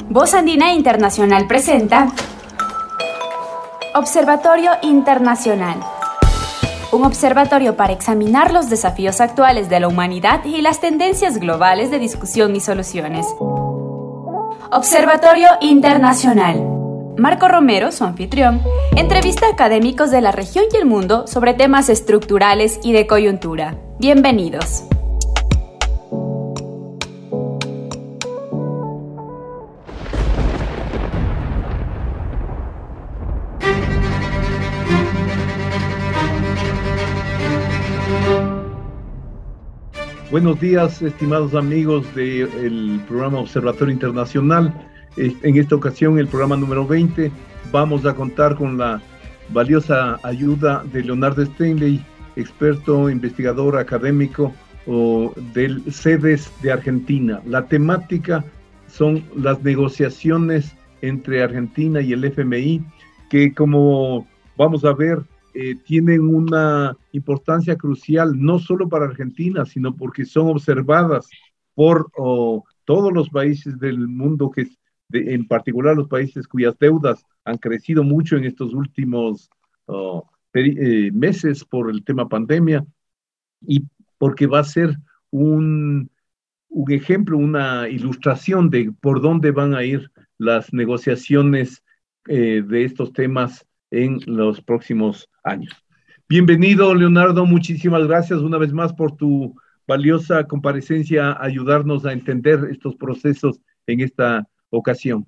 Voz Andina Internacional presenta Observatorio Internacional. Un observatorio para examinar los desafíos actuales de la humanidad y las tendencias globales de discusión y soluciones. Observatorio Internacional. Marco Romero, su anfitrión, entrevista a académicos de la región y el mundo sobre temas estructurales y de coyuntura. Bienvenidos. Buenos días, estimados amigos del programa Observatorio Internacional. En esta ocasión, el programa número 20, vamos a contar con la valiosa ayuda de Leonardo Stanley, experto, investigador, académico del CEDES de Argentina. La temática son las negociaciones entre Argentina y el FMI, que como vamos a ver, tienen una importancia crucial, no solo para Argentina, sino porque son observadas por todos los países del mundo, en particular los países cuyas deudas han crecido mucho en estos últimos meses por el tema pandemia, y porque va a ser un ejemplo, una ilustración de por dónde van a ir las negociaciones de estos temas en los próximos años. Bienvenido, Leonardo, muchísimas gracias una vez más por tu valiosa comparecencia, ayudarnos a entender estos procesos en esta ocasión.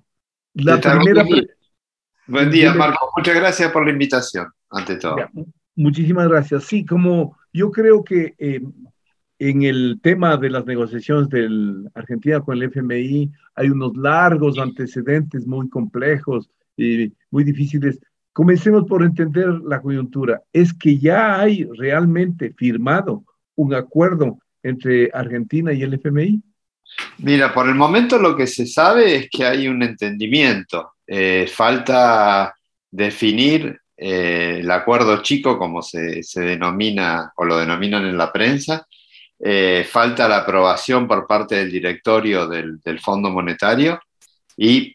Buen día, Marco, muchas gracias por la invitación, ante todo. Ya, muchísimas gracias. Sí, como yo creo que en el tema de las negociaciones de Argentina con el FMI hay unos largos antecedentes muy complejos y muy difíciles. Comencemos por entender la coyuntura. ¿Es que ya hay realmente firmado un acuerdo entre Argentina y el FMI? Mira, por el momento lo que se sabe es que hay un entendimiento. Falta definir el acuerdo chico, como se denomina o lo denominan en la prensa. Falta la aprobación por parte del directorio del Fondo Monetario y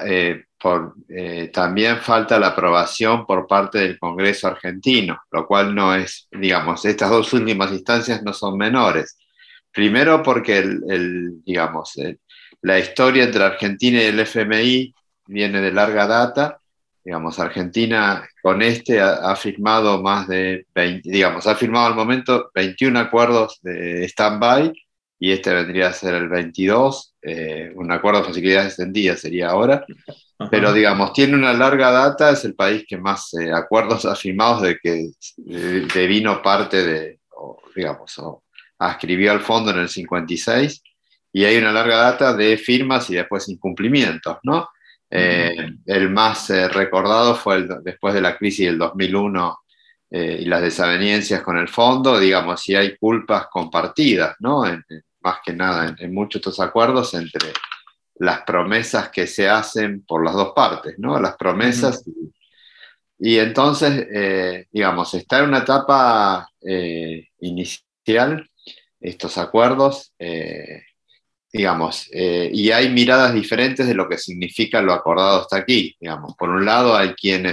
también falta la aprobación por parte del Congreso argentino, lo cual no es, digamos, estas dos últimas instancias no son menores. Primero porque la historia entre Argentina y el FMI viene de larga data. Digamos, Argentina con ha firmado más de 20, digamos, ha firmado al momento 21 acuerdos de stand-by y este vendría a ser el 22, un acuerdo de facilidades extendidas sería ahora. Pero, digamos, tiene una larga data, es el país que más acuerdos ha firmado desde que devino parte adscribió al fondo en el 56, y hay una larga data de firmas y después incumplimientos, ¿no? El más recordado fue después de la crisis del 2001 y las desavenencias con el fondo, digamos, si hay culpas compartidas, ¿no? Más que nada en muchos de estos acuerdos entre las promesas que se hacen por las dos partes, ¿no? Las promesas. Y entonces, digamos, está en una etapa inicial estos acuerdos, y hay miradas diferentes de lo que significa lo acordado hasta aquí. Digamos, por un lado hay quienes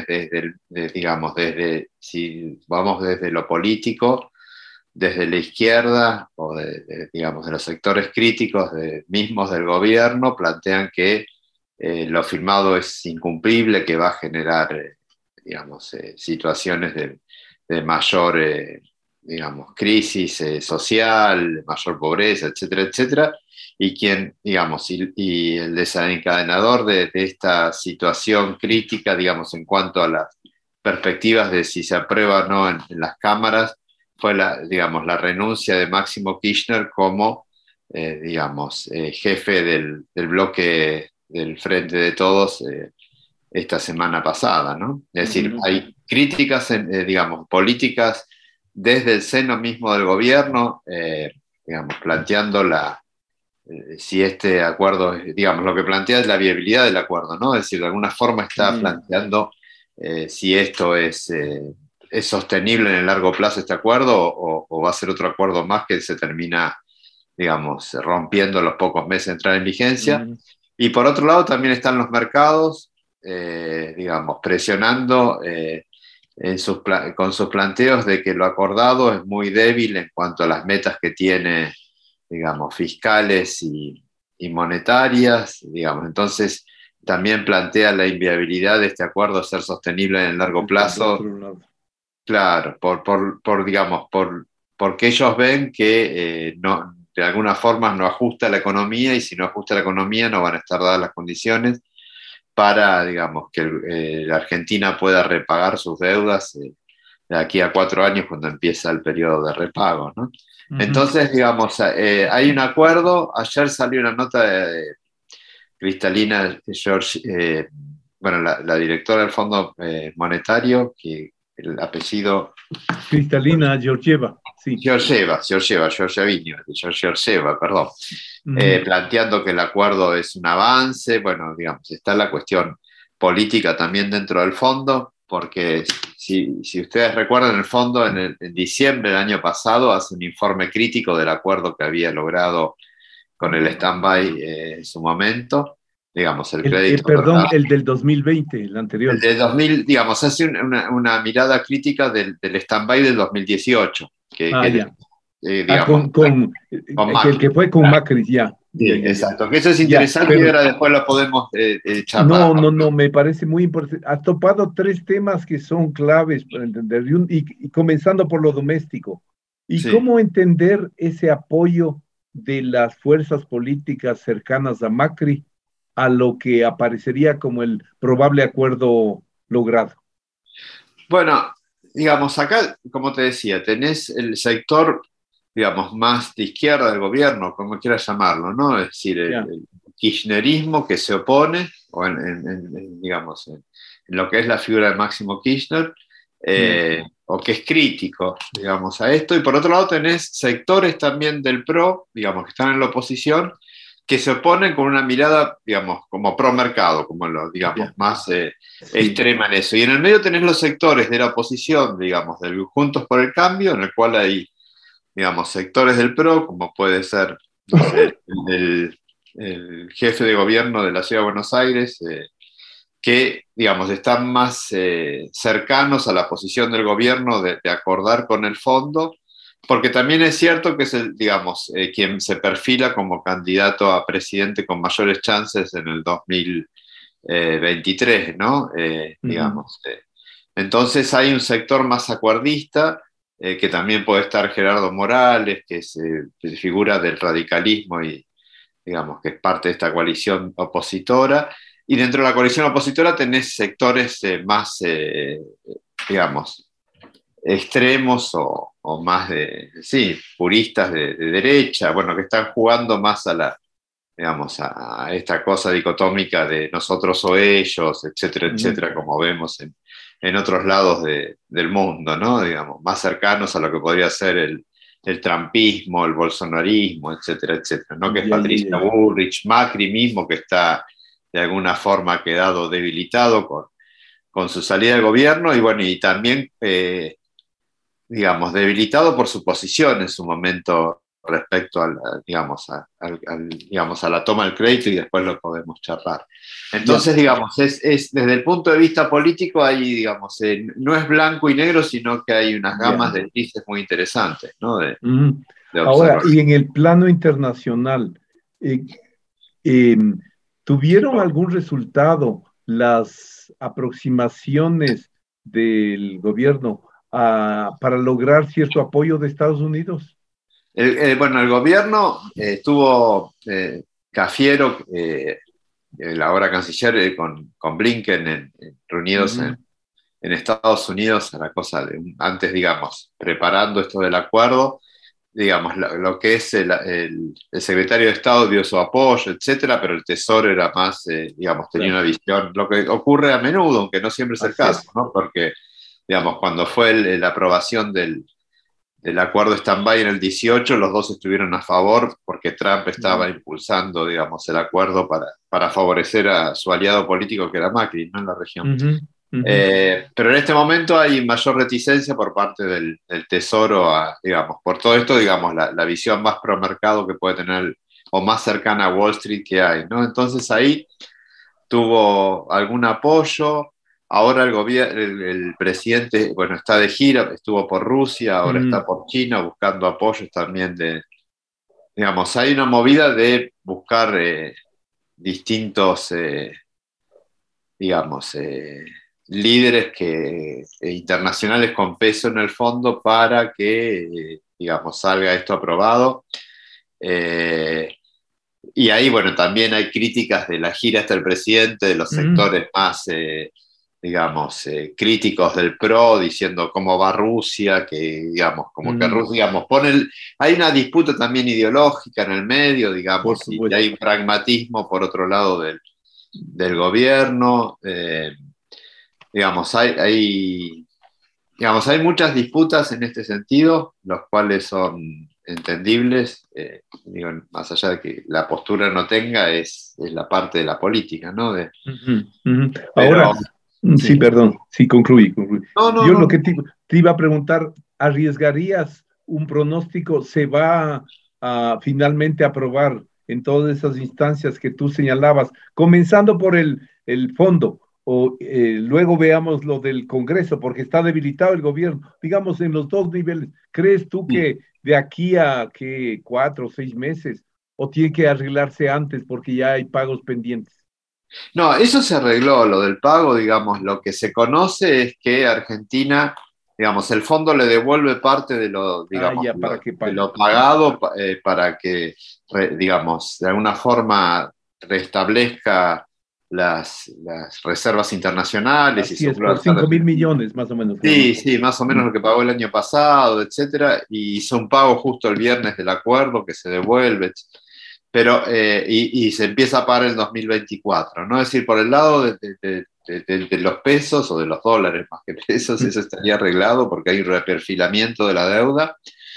si vamos desde lo político, desde la izquierda o de los sectores críticos mismos del gobierno, plantean que lo firmado es incumplible, que va a generar situaciones de mayor crisis social, mayor pobreza, etcétera, etcétera, y el desencadenador de esta situación crítica, digamos, en cuanto a las perspectivas de si se aprueba o no en las cámaras, fue la renuncia de Máximo Kirchner como, jefe del bloque del Frente de Todos esta semana pasada, ¿no? Es decir, hay críticas, políticas desde el seno mismo del gobierno, planteando si este acuerdo, lo que plantea es la viabilidad del acuerdo, ¿no? Es decir, de alguna forma está planteando si esto es sostenible en el largo plazo este acuerdo o va a ser otro acuerdo más que se termina, rompiendo los pocos meses de entrar en vigencia. Y por otro lado también están los mercados, digamos, presionando con sus planteos de que lo acordado es muy débil en cuanto a las metas que tiene, digamos, fiscales y monetarias, digamos. Entonces, también plantea la inviabilidad de este acuerdo ser sostenible en el largo plazo. Claro, digamos, porque ellos ven que no, de alguna forma no ajusta la economía, y si no ajusta la economía no van a estar dadas las condiciones para, digamos, que la Argentina pueda repagar sus deudas de aquí a 4 años cuando empieza el periodo de repago, ¿no? Entonces, digamos, hay un acuerdo. Ayer salió una nota de Cristalina George, bueno, la directora del Fondo Monetario, que el apellido... Cristalina Georgieva, sí. Georgieva, perdón. Planteando que el acuerdo es un avance. Bueno, digamos, está la cuestión política también dentro del fondo, porque si ustedes recuerdan, el fondo en diciembre del año pasado hace un informe crítico del acuerdo que había logrado con el stand-by en su momento, digamos, el crédito. Perdón, el del 2020, el anterior. El del 2000, digamos, hace una mirada crítica del stand-by del 2018. Digamos, con Macri, el que fue con Macri, ya. Sí, exacto, que eso es interesante, pero, y ahora después lo podemos charlar. No, me parece muy importante. Has topado 3 temas que son claves para entender, y comenzando por lo doméstico. ¿Y sí, cómo entender ese apoyo de las fuerzas políticas cercanas a Macri a lo que aparecería como el probable acuerdo logrado? Bueno, digamos, acá, como te decía, tenés el sector, digamos, más de izquierda del gobierno, como quieras llamarlo, ¿no? Es decir, el kirchnerismo que se opone, o digamos, en lo que es la figura de Máximo Kirchner, o que es crítico, digamos, a esto. Y por otro lado tenés sectores también del PRO, digamos, que están en la oposición, que se oponen con una mirada, digamos, como pro mercado, como lo, digamos, más extrema en eso. Y en el medio tenés los sectores de la oposición, digamos, del Juntos por el Cambio, en el cual hay, digamos, sectores del PRO, como puede ser, no sé, el jefe de gobierno de la Ciudad de Buenos Aires, que, digamos, están más cercanos a la posición del gobierno de acordar con el fondo, porque también es cierto que es digamos, quien se perfila como candidato a presidente con mayores chances en el 2023, ¿no? Digamos. Entonces hay un sector más acuerdista, que también puede estar Gerardo Morales, que es figura del radicalismo y, digamos, que es parte de esta coalición opositora. Y dentro de la coalición opositora tenés sectores más, digamos, extremos o más puristas de derecha, bueno, que están jugando más digamos, a esta cosa dicotómica de nosotros o ellos, etcétera, etcétera, como vemos en otros lados del mundo, ¿no? Digamos, más cercanos a lo que podría ser el trumpismo, el bolsonarismo, etcétera, etcétera, ¿no? Que es Patricia Bullrich, Macri mismo, que está de alguna forma ha quedado debilitado con su salida del gobierno, y bueno, y también, digamos, debilitado por su posición en su momento respecto digamos, a la toma del crédito, y después lo podemos charlar. Entonces, digamos, es desde el punto de vista político, ahí, digamos, no es blanco y negro, sino que hay unas gamas de grises muy interesantes, ¿no? De Ahora, y en el plano internacional, ¿tuvieron algún resultado las aproximaciones del gobierno para lograr cierto apoyo de Estados Unidos? Bueno, el gobierno tuvo Cafiero, el ahora canciller, con Blinken reunidos en Estados Unidos, a la cosa antes, digamos, preparando esto del acuerdo. Digamos, lo que es el secretario de Estado dio su apoyo, etcétera, pero el Tesoro era más, digamos, tenía una visión, lo que ocurre a menudo, aunque no siempre es el caso, ¿no? Porque, digamos, cuando fue la aprobación del acuerdo stand-by en el 18, los dos estuvieron a favor, porque Trump estaba impulsando, digamos, el acuerdo para favorecer a su aliado político, que era Macri, ¿no? En la región. Pero en este momento hay mayor reticencia por parte del Tesoro digamos, por todo esto, digamos, la visión más pro mercado que puede tener o más cercana a Wall Street que hay, ¿no? Entonces ahí tuvo algún apoyo. Ahora el presidente, bueno, está de gira, estuvo por Rusia, ahora está por China buscando apoyos también digamos, hay una movida de buscar distintos, digamos, líderes internacionales con peso en el fondo para que, digamos, salga esto aprobado. Y ahí, bueno, también hay críticas de la gira hasta el presidente, de los sectores más, digamos, críticos del PRO, diciendo cómo va Rusia, que, digamos, como que Rusia, digamos, hay una disputa también ideológica en el medio, digamos, y hay un pragmatismo por otro lado del gobierno. Digamos, digamos, hay muchas disputas en este sentido, los cuales son entendibles, digo, más allá de que la postura no tenga, es la parte de la política, ¿no? Ahora, sí, perdón, sí, concluí. Yo lo que te iba a preguntar, ¿arriesgarías un pronóstico? ¿Se va a finalmente aprobar en todas esas instancias que tú señalabas, comenzando por el fondo? O luego veamos lo del Congreso, porque está debilitado el gobierno, digamos, en los dos niveles. ¿Crees tú que de aquí a 4 o 6 meses, o tiene que arreglarse antes porque ya hay pagos pendientes? No, eso se arregló, lo del pago, digamos, lo que se conoce es que Argentina, digamos, el fondo le devuelve parte de lo, digamos, de lo pagado para que, digamos, de alguna forma restablezca las reservas internacionales. Así es, por 5.000 millones más o menos. Sí, más o menos lo que pagó el año pasado, etcétera, y hizo un pago justo el viernes del acuerdo que se devuelve, pero y se empieza a pagar en 2024, ¿no? Es decir, por el lado de los pesos o de los dólares más que pesos, eso estaría arreglado porque hay un reperfilamiento de la deuda.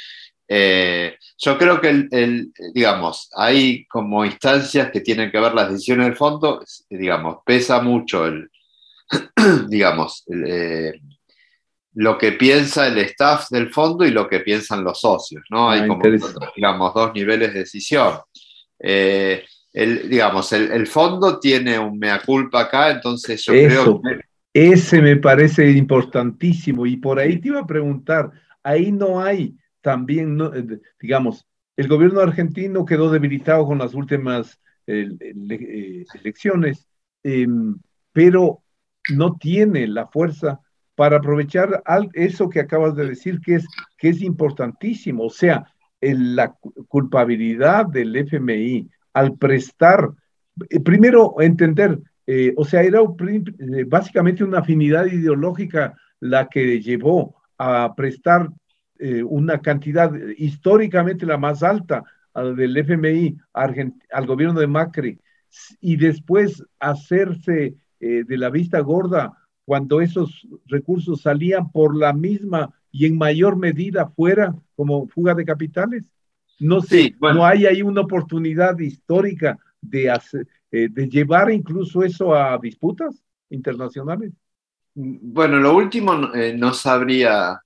Yo creo que, digamos, hay como instancias que tienen que ver las decisiones del fondo, digamos, pesa mucho digamos, lo que piensa el staff del fondo y lo que piensan los socios, ¿no? Hay como, digamos, dos niveles de decisión. Digamos, el fondo tiene un mea culpa acá, entonces yo creo que... Ese me parece importantísimo y por ahí te iba a preguntar, ahí no hay también, no, digamos, el gobierno argentino quedó debilitado con las últimas elecciones, pero no tiene la fuerza para aprovechar eso que acabas de decir, que es importantísimo, o sea, la culpabilidad del FMI al prestar, primero entender, o sea, era básicamente una afinidad ideológica la que llevó a prestar una cantidad históricamente la más alta del FMI al gobierno de Macri y después hacerse de la vista gorda cuando esos recursos salían por la misma y en mayor medida fuera como fuga de capitales. No sé, sí, bueno, no hay ahí una oportunidad histórica de llevar incluso eso a disputas internacionales. Bueno, lo último no sabría.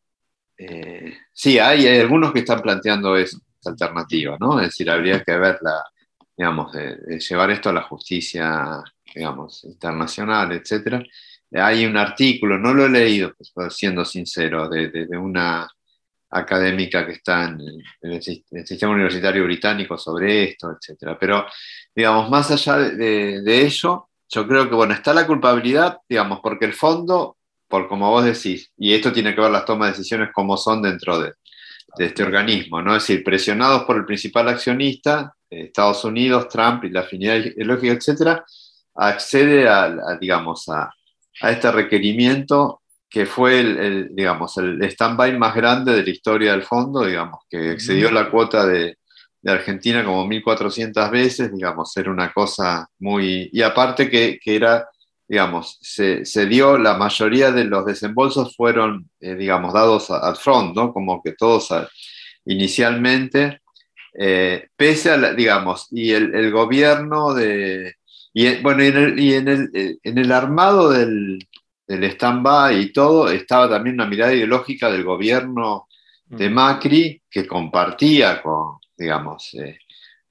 Sí, hay algunos que están planteando esa alternativa, ¿no? Es decir, habría que verla, digamos, de llevar esto a la justicia, digamos, internacional, etcétera. Hay un artículo, no lo he leído, pues, siendo sincero, de una académica que está en el sistema universitario británico sobre esto, etcétera. Pero, digamos, más allá de ello, yo creo que, bueno, está la culpabilidad, digamos, porque el fondo, por como vos decís, y esto tiene que ver las tomas de decisiones como son dentro de este organismo, ¿no? Es decir, presionados por el principal accionista, Estados Unidos, Trump y la afinidad ideológica, etcétera, accede digamos, a este requerimiento que fue digamos, el stand-by más grande de la historia del fondo, digamos, que excedió la cuota de Argentina como 1.400 veces, digamos, era una cosa muy... Y aparte que era, digamos, se dio, la mayoría de los desembolsos fueron, digamos, dados al front, ¿no? Como que todos inicialmente, pese a, digamos, y el gobierno de... bueno, en el armado del stand-by y todo, estaba también una mirada ideológica del gobierno de Macri que compartía con, digamos,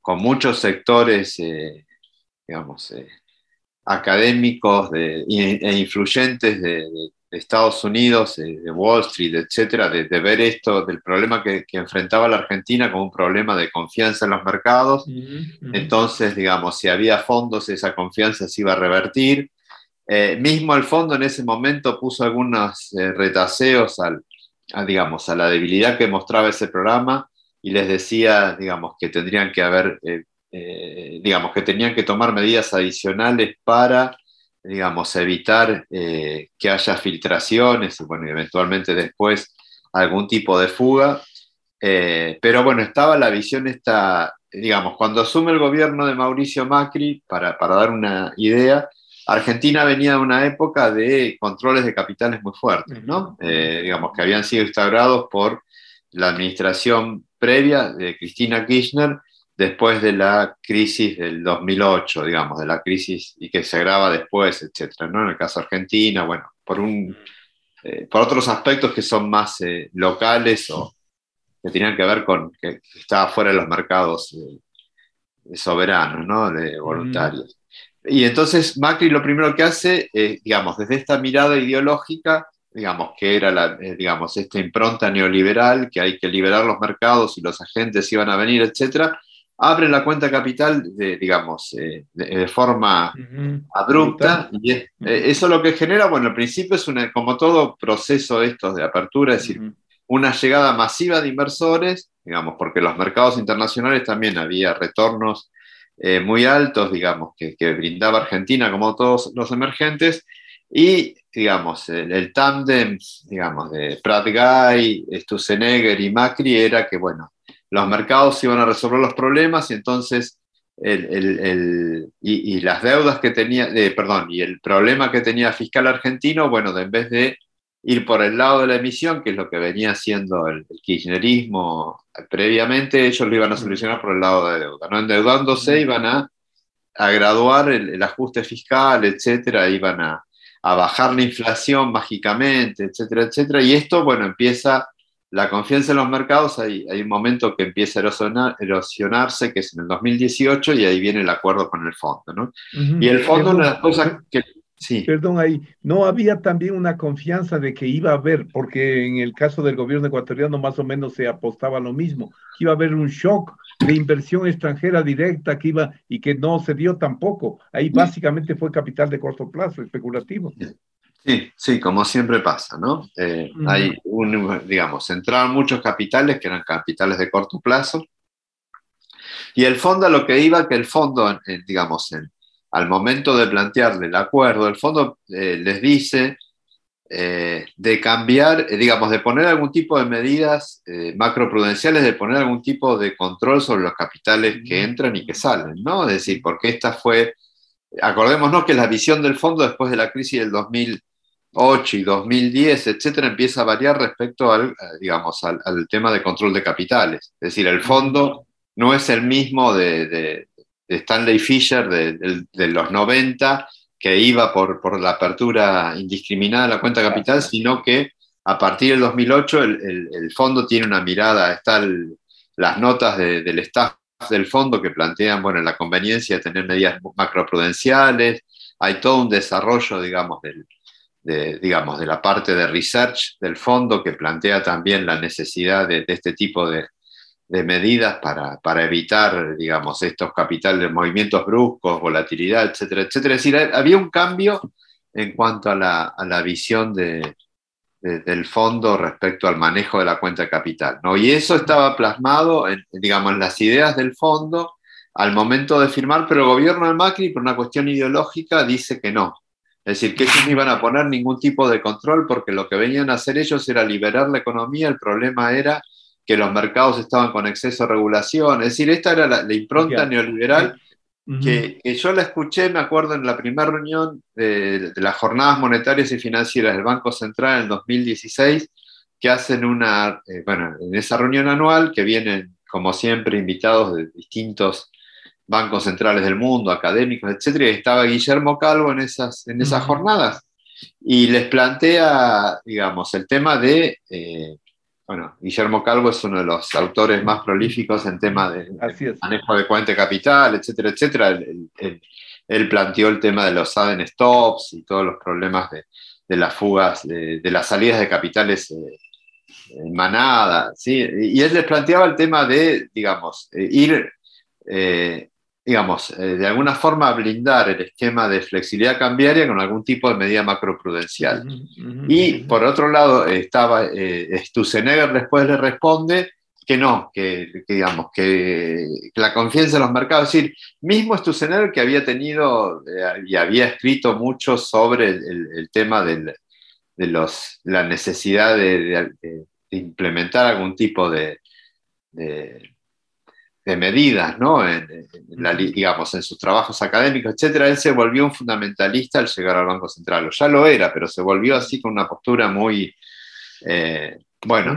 con muchos sectores, digamos, académicos e influyentes de Estados Unidos, de Wall Street, etcétera, de ver esto, del problema que enfrentaba la Argentina como un problema de confianza en los mercados. Entonces, digamos, si había fondos, esa confianza se iba a revertir. Mismo el fondo en ese momento puso algunos retaseos digamos, a la debilidad que mostraba ese programa y les decía, digamos, que tendrían que haber, digamos, que tenían que tomar medidas adicionales para, digamos, evitar que haya filtraciones y, bueno, eventualmente después algún tipo de fuga. Pero bueno, estaba la visión esta, digamos, cuando asume el gobierno de Mauricio Macri, para dar una idea, Argentina venía de una época de controles de capitales muy fuertes, ¿no? Digamos, que habían sido instaurados por la administración previa de Cristina Kirchner después de la crisis del 2008, digamos, de la crisis y que se agrava después, etcétera, ¿no? En el caso de Argentina, bueno, por otros aspectos que son más locales o que tenían que ver con que estaba fuera de los mercados soberanos, ¿no? De voluntarios. Y entonces Macri lo primero que hace, digamos, desde esta mirada ideológica, digamos, que era digamos, esta impronta neoliberal, que hay que liberar los mercados y los agentes iban a venir, etcétera, abre la cuenta capital, digamos, de forma abrupta, y eso lo que genera, bueno, al principio es como todo proceso estos de apertura, es decir, una llegada masiva de inversores, digamos, porque los mercados internacionales también había retornos muy altos, digamos, que brindaba Argentina como todos los emergentes, y, digamos, el tándem, digamos, de Prat-Gay, Sturzenegger y Macri era que, bueno, los mercados iban a resolver los problemas y entonces y las deudas que tenía, perdón, y el problema que tenía fiscal argentino, bueno, en vez de ir por el lado de la emisión, que es lo que venía haciendo el kirchnerismo previamente, ellos lo iban a solucionar por el lado de deuda, ¿no? Endeudándose iban a graduar el ajuste fiscal, etcétera, iban a bajar la inflación mágicamente, etcétera, etcétera, y esto, bueno, empieza la confianza en los mercados, hay un momento que empieza a erosionarse, que es en el 2018, y ahí viene el acuerdo con el fondo, ¿no? Y el fondo, una de las cosas que... Sí. Perdón, ahí, ¿no había también una confianza de que iba a haber, porque en el caso del gobierno ecuatoriano más o menos se apostaba lo mismo, que iba a haber un shock de inversión extranjera directa que iba y que no se dio tampoco? Ahí básicamente fue capital de corto plazo, especulativo. Sí, como siempre pasa, ¿no? Hay digamos, entraron muchos capitales que eran capitales de corto plazo, y el fondo a lo que iba, que el fondo, digamos, al momento de plantearle el acuerdo, el fondo les dice de cambiar, digamos, de poner algún tipo de medidas macroprudenciales, de poner algún tipo de control sobre los capitales que entran y que salen, ¿no? Es decir, porque esta fue, acordémonos que la visión del fondo después de la crisis del 2008 y 2010, etcétera, empieza a variar respecto digamos, al tema de control de capitales. Es decir, el fondo no es el mismo de Stanley Fischer de los 90, que iba por la apertura indiscriminada de la cuenta capital, sino que a partir del 2008 el fondo tiene una mirada, están las notas del staff del fondo que plantean, bueno, la conveniencia de tener medidas macroprudenciales, hay todo un desarrollo, digamos, digamos, de la parte de research del fondo que plantea también la necesidad de este tipo de medidas para evitar, digamos, estos capitales, movimientos bruscos, volatilidad, etcétera, etcétera. Es decir, había un cambio en cuanto a la visión del fondo respecto al manejo de la cuenta de capital, ¿no? Y eso estaba plasmado digamos, en las ideas del fondo al momento de firmar, pero el gobierno de Macri, por una cuestión ideológica, dice que no. Es decir, que ellos no iban a poner ningún tipo de control porque lo que venían a hacer ellos era liberar la economía, el problema era que los mercados estaban con exceso de regulación. Es decir, esta era la impronta neoliberal que yo la escuché, me acuerdo, en la primera reunión de las jornadas monetarias y financieras del Banco Central en el 2016, que hacen bueno, en esa reunión anual, que vienen, como siempre, invitados de distintos bancos centrales del mundo, académicos, etcétera, y estaba Guillermo Calvo en esas jornadas, y les plantea, digamos, el tema de bueno, Guillermo Calvo es uno de los autores más prolíficos en tema de manejo de cuenta de capital, etcétera, etcétera. Él planteó el tema de los sudden stops y todos los problemas de las fugas, de las salidas de capitales en manada, ¿sí? Y él les planteaba el tema de, digamos, ir, de alguna forma blindar el esquema de flexibilidad cambiaria con algún tipo de medida macroprudencial. Y por otro lado, estaba Sturzenegger, después le responde que no, digamos, que la confianza en los mercados, es decir, mismo Sturzenegger, que había tenido y había escrito mucho sobre el tema de la necesidad de implementar algún tipo de medidas, ¿no? Digamos, en sus trabajos académicos, etcétera. Él se volvió un fundamentalista al llegar al Banco Central, o ya lo era, pero se volvió así con una postura muy, bueno,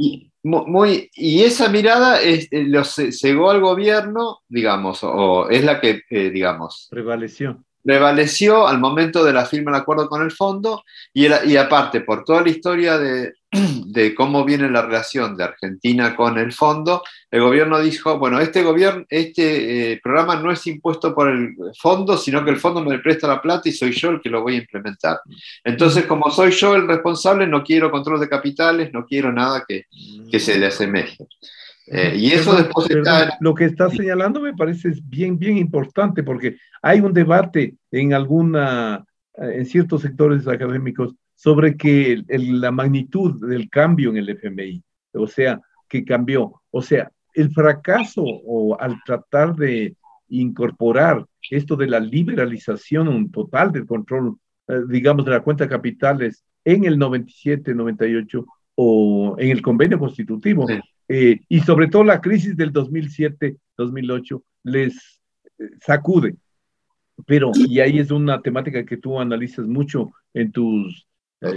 y esa mirada cegó al gobierno, digamos, o es la que, digamos, prevaleció al momento de la firma del acuerdo con el fondo, y aparte, por toda la historia de cómo viene la relación de Argentina con el fondo, el gobierno dijo, bueno, este programa no es impuesto por el fondo, sino que el fondo me presta la plata y soy yo el que lo voy a implementar. Entonces, como soy yo el responsable, no quiero control de capitales, no quiero nada que se le asemeje. Y eso después está... Lo que está señalando me parece bien, bien importante, porque hay un debate en ciertos sectores académicos sobre que la magnitud del cambio en el FMI, o sea, que cambió, o sea, el fracaso al tratar de incorporar esto de la liberalización total del control, digamos, de la cuenta de capitales en el 97, 98 o en el convenio constitutivo, sí. Y sobre todo la crisis del 2007-2008 les sacude. Pero, y ahí es una temática que tú analizas mucho en tus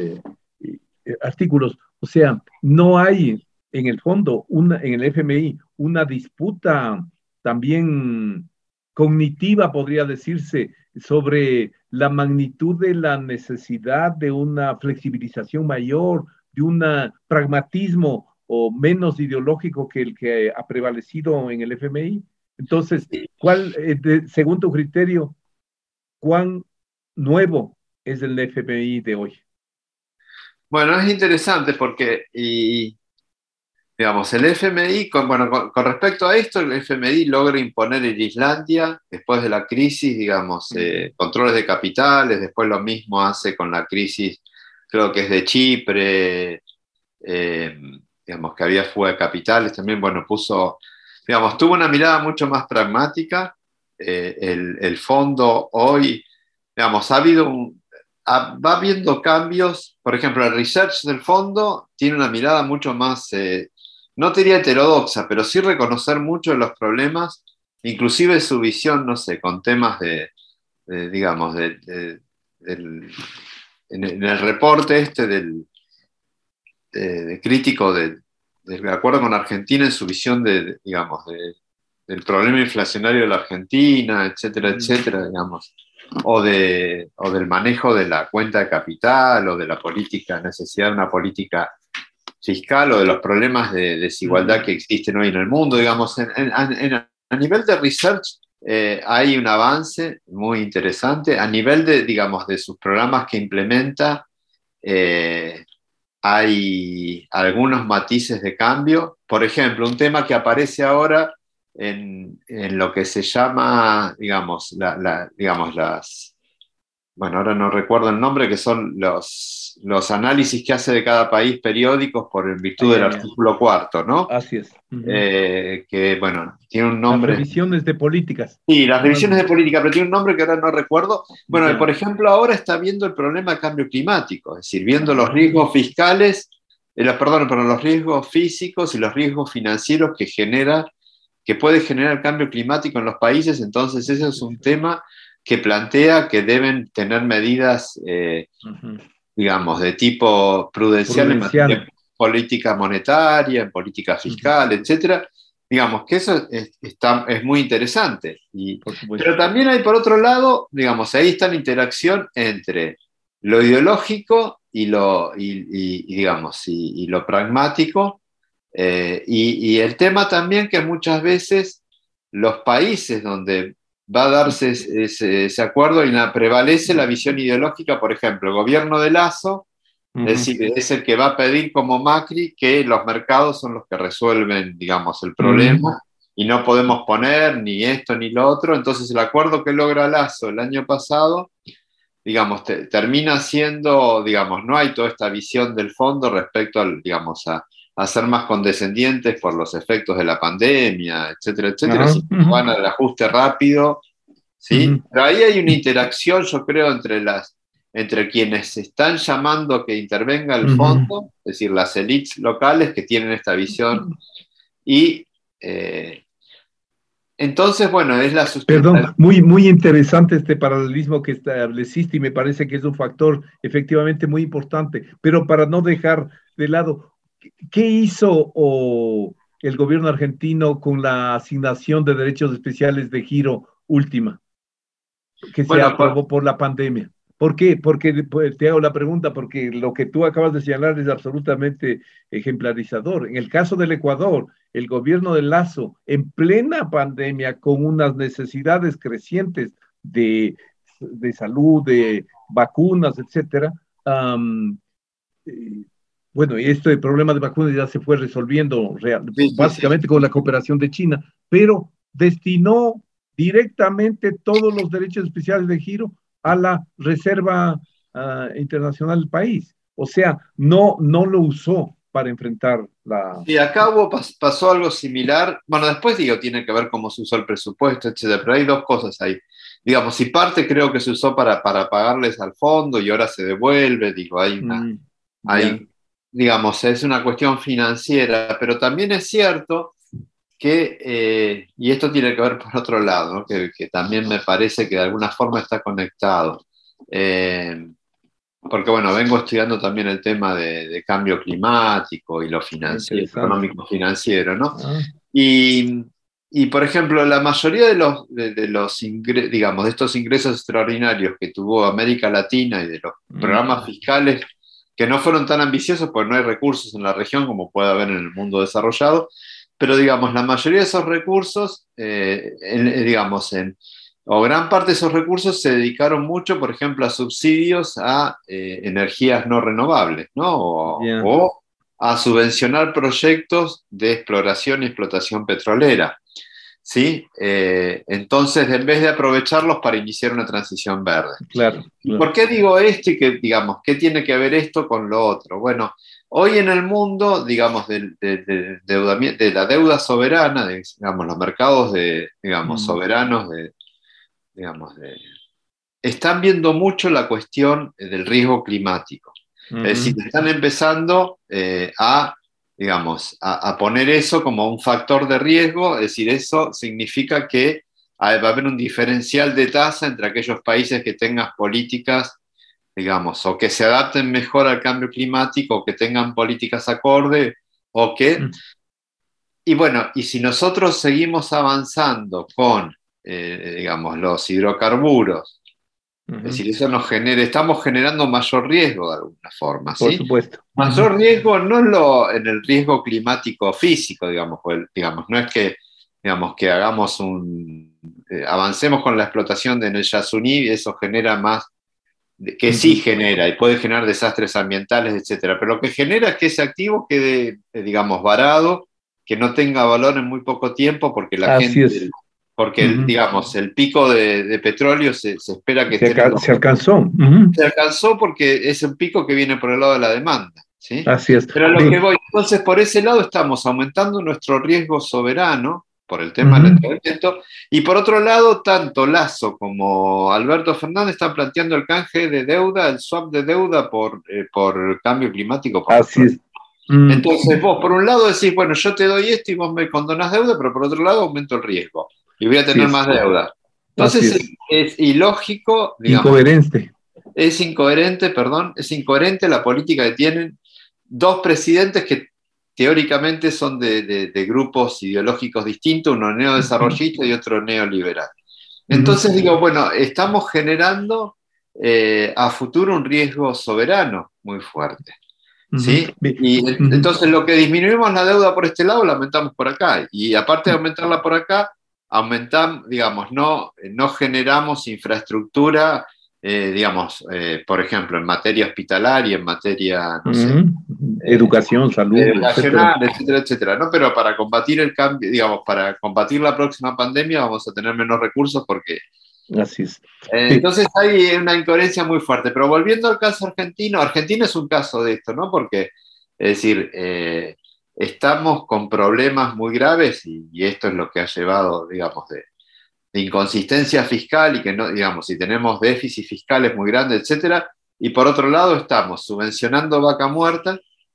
artículos, o sea, no hay en el fondo, en el FMI, una disputa también cognitiva, podría decirse, sobre la magnitud de la necesidad de una flexibilización mayor, de un pragmatismo o menos ideológico que el que ha prevalecido en el FMI. Entonces, según tu criterio, cuán nuevo es el FMI de hoy? Bueno, es interesante porque, digamos, el FMI, con respecto a esto, el FMI logra imponer en Islandia, después de la crisis, digamos, controles de capitales, después lo mismo hace con la crisis, creo que es de Chipre, digamos, que había fuga de capitales, también, bueno, tuvo una mirada mucho más pragmática. El fondo hoy, digamos, va habiendo cambios. Por ejemplo, el research del fondo tiene una mirada mucho más, no diría heterodoxa, pero sí reconocer mucho de los problemas, inclusive su visión, no sé, con temas digamos, en el reporte crítico del acuerdo con Argentina, en su visión digamos, del problema inflacionario de la Argentina, etcétera, etcétera, digamos, o del manejo de la cuenta de capital, o de la necesidad de una política fiscal, o de los problemas de desigualdad que existen hoy en el mundo, digamos, a nivel de research hay un avance muy interesante, a nivel digamos, de sus programas que implementa, hay algunos matices de cambio. Por ejemplo, un tema que aparece ahora en lo que se llama, digamos, bueno, ahora no recuerdo el nombre, que son los análisis que hace de cada país periódicos por virtud del artículo 4, ¿no? Así es. Que, bueno, tiene un nombre... Las revisiones de políticas. Sí, las revisiones de política, pero tiene un nombre que ahora no recuerdo. Bueno, por ejemplo, ahora está viendo el problema de cambio climático, es decir, viendo los riesgos fiscales, los riesgos físicos y los riesgos financieros que puede generar el cambio climático en los países. Entonces ese es un tema que plantea que deben tener medidas, digamos, de tipo prudencial en materia de política monetaria, en política fiscal, etcétera. Digamos que eso es muy interesante. Pero también hay, por otro lado, digamos, ahí está la interacción entre lo ideológico digamos, y lo pragmático. Y el tema también que muchas veces los países donde va a darse ese acuerdo y prevalece la visión ideológica, por ejemplo, el gobierno de Lasso, es decir, es el que va a pedir como Macri que los mercados son los que resuelven, digamos, el problema y no podemos poner ni esto ni lo otro. Entonces el acuerdo que logra Lasso el año pasado, digamos, termina siendo, digamos, no hay toda esta visión del fondo respecto al, digamos, a ser más condescendientes por los efectos de la pandemia, etcétera, etcétera, así que van al ajuste rápido, ¿sí? Pero ahí hay una interacción, yo creo, entre quienes están llamando a que intervenga el fondo, es decir, las élites locales que tienen esta visión, y entonces, bueno, es la Perdón, muy, muy interesante este paralelismo que estableciste y me parece que es un factor efectivamente muy importante, pero para no dejar de lado, ¿qué hizo el gobierno argentino con la asignación de derechos especiales de giro última, que se aprobó por la pandemia? ¿Por qué? Porque pues, te hago la pregunta, porque lo que tú acabas de señalar es absolutamente ejemplarizador. En el caso del Ecuador, el gobierno de Lasso, en plena pandemia, con unas necesidades crecientes de salud, de vacunas, etcétera, bueno, y este problema de vacunas ya se fue resolviendo básicamente con la cooperación de China, pero destinó directamente todos los derechos especiales de giro a la reserva internacional del país. O sea, no lo usó para enfrentar la... Sí, acá pasó algo similar. Bueno, después digo, tiene que ver cómo se usó el presupuesto, etcétera, pero hay dos cosas ahí. Digamos, si parte creo que se usó para pagarles al fondo y ahora se devuelve, digo, digamos, es una cuestión financiera, pero también es cierto que, y esto tiene que ver por otro lado, ¿no? que también me parece que de alguna forma está conectado. Porque bueno, vengo estudiando también el tema de cambio climático y lo financiero, económico financiero, ¿no? Y por ejemplo, la mayoría de los digamos, de estos ingresos extraordinarios que tuvo América Latina y de los programas fiscales que no fueron tan ambiciosos, porque no hay recursos en la región como puede haber en el mundo desarrollado, pero digamos, la mayoría de esos recursos, digamos, o gran parte de esos recursos se dedicaron mucho, por ejemplo, a subsidios a energías no renovables, ¿no? O a subvencionar proyectos de exploración y explotación petrolera, ¿sí? Entonces, en vez de aprovecharlos para iniciar una transición verde. Claro. ¿Y por qué digo esto y que, digamos, qué tiene que ver esto con lo otro? Bueno, hoy en el mundo, digamos, de la deuda soberana, digamos, los mercados soberanos están viendo mucho la cuestión del riesgo climático. Es decir, están empezando digamos, a poner eso como un factor de riesgo, es decir, eso significa que va a haber un diferencial de tasa entre aquellos países que tengan políticas, digamos, o que se adapten mejor al cambio climático, o que tengan políticas acorde, o que... Y bueno, y si nosotros seguimos avanzando con, digamos, los hidrocarburos, es decir, eso estamos generando mayor riesgo de alguna forma, ¿sí? Por supuesto. Mayor riesgo no en el riesgo climático físico, digamos, no es que, digamos, que avancemos con la explotación en el Yasuní y eso genera más, que sí genera y puede generar desastres ambientales, etcétera, pero lo que genera es que ese activo quede, digamos, varado, que no tenga valor en muy poco tiempo porque la gente... Porque, digamos, el pico de petróleo se espera que se alcanzó. Se alcanzó porque es un pico que viene por el lado de la demanda, ¿sí? Así es. Pero a lo que voy, entonces, por ese lado estamos aumentando nuestro riesgo soberano por el tema del endeudamiento, y por otro lado, tanto Lasso como Alberto Fernández están planteando el canje de deuda, el swap de deuda por cambio climático. Así es. Entonces vos, por un lado, decís, bueno, yo te doy esto y vos me condonás deuda, pero por otro lado aumento el riesgo. Y voy a tener más deuda. Entonces es ilógico, digamos, incoherente. Es incoherente la política que tienen dos presidentes que teóricamente son de grupos ideológicos distintos, uno neodesarrollista y otro neoliberal. Entonces digo, bueno, estamos generando a futuro un riesgo soberano muy fuerte. ¿Sí? Uh-huh. Y entonces lo que disminuimos la deuda por este lado, la aumentamos por acá. Y aparte de aumentarla por acá, aumentamos, digamos, no generamos infraestructura, digamos, por ejemplo, en materia hospitalaria, en materia, no sé, educación, salud, educacional, etcétera, etcétera, ¿no? Pero para combatir el cambio, digamos, para combatir la próxima pandemia vamos a tener menos recursos porque... Así es. Entonces hay una incoherencia muy fuerte, pero volviendo al caso argentino, Argentina es un caso de esto, ¿no? Porque, es decir, estamos con problemas muy graves y esto es lo que ha llevado, digamos, de inconsistencia fiscal y que no, digamos, si tenemos déficit fiscales muy grandes, etcétera, y por otro lado estamos subvencionando vaca muerta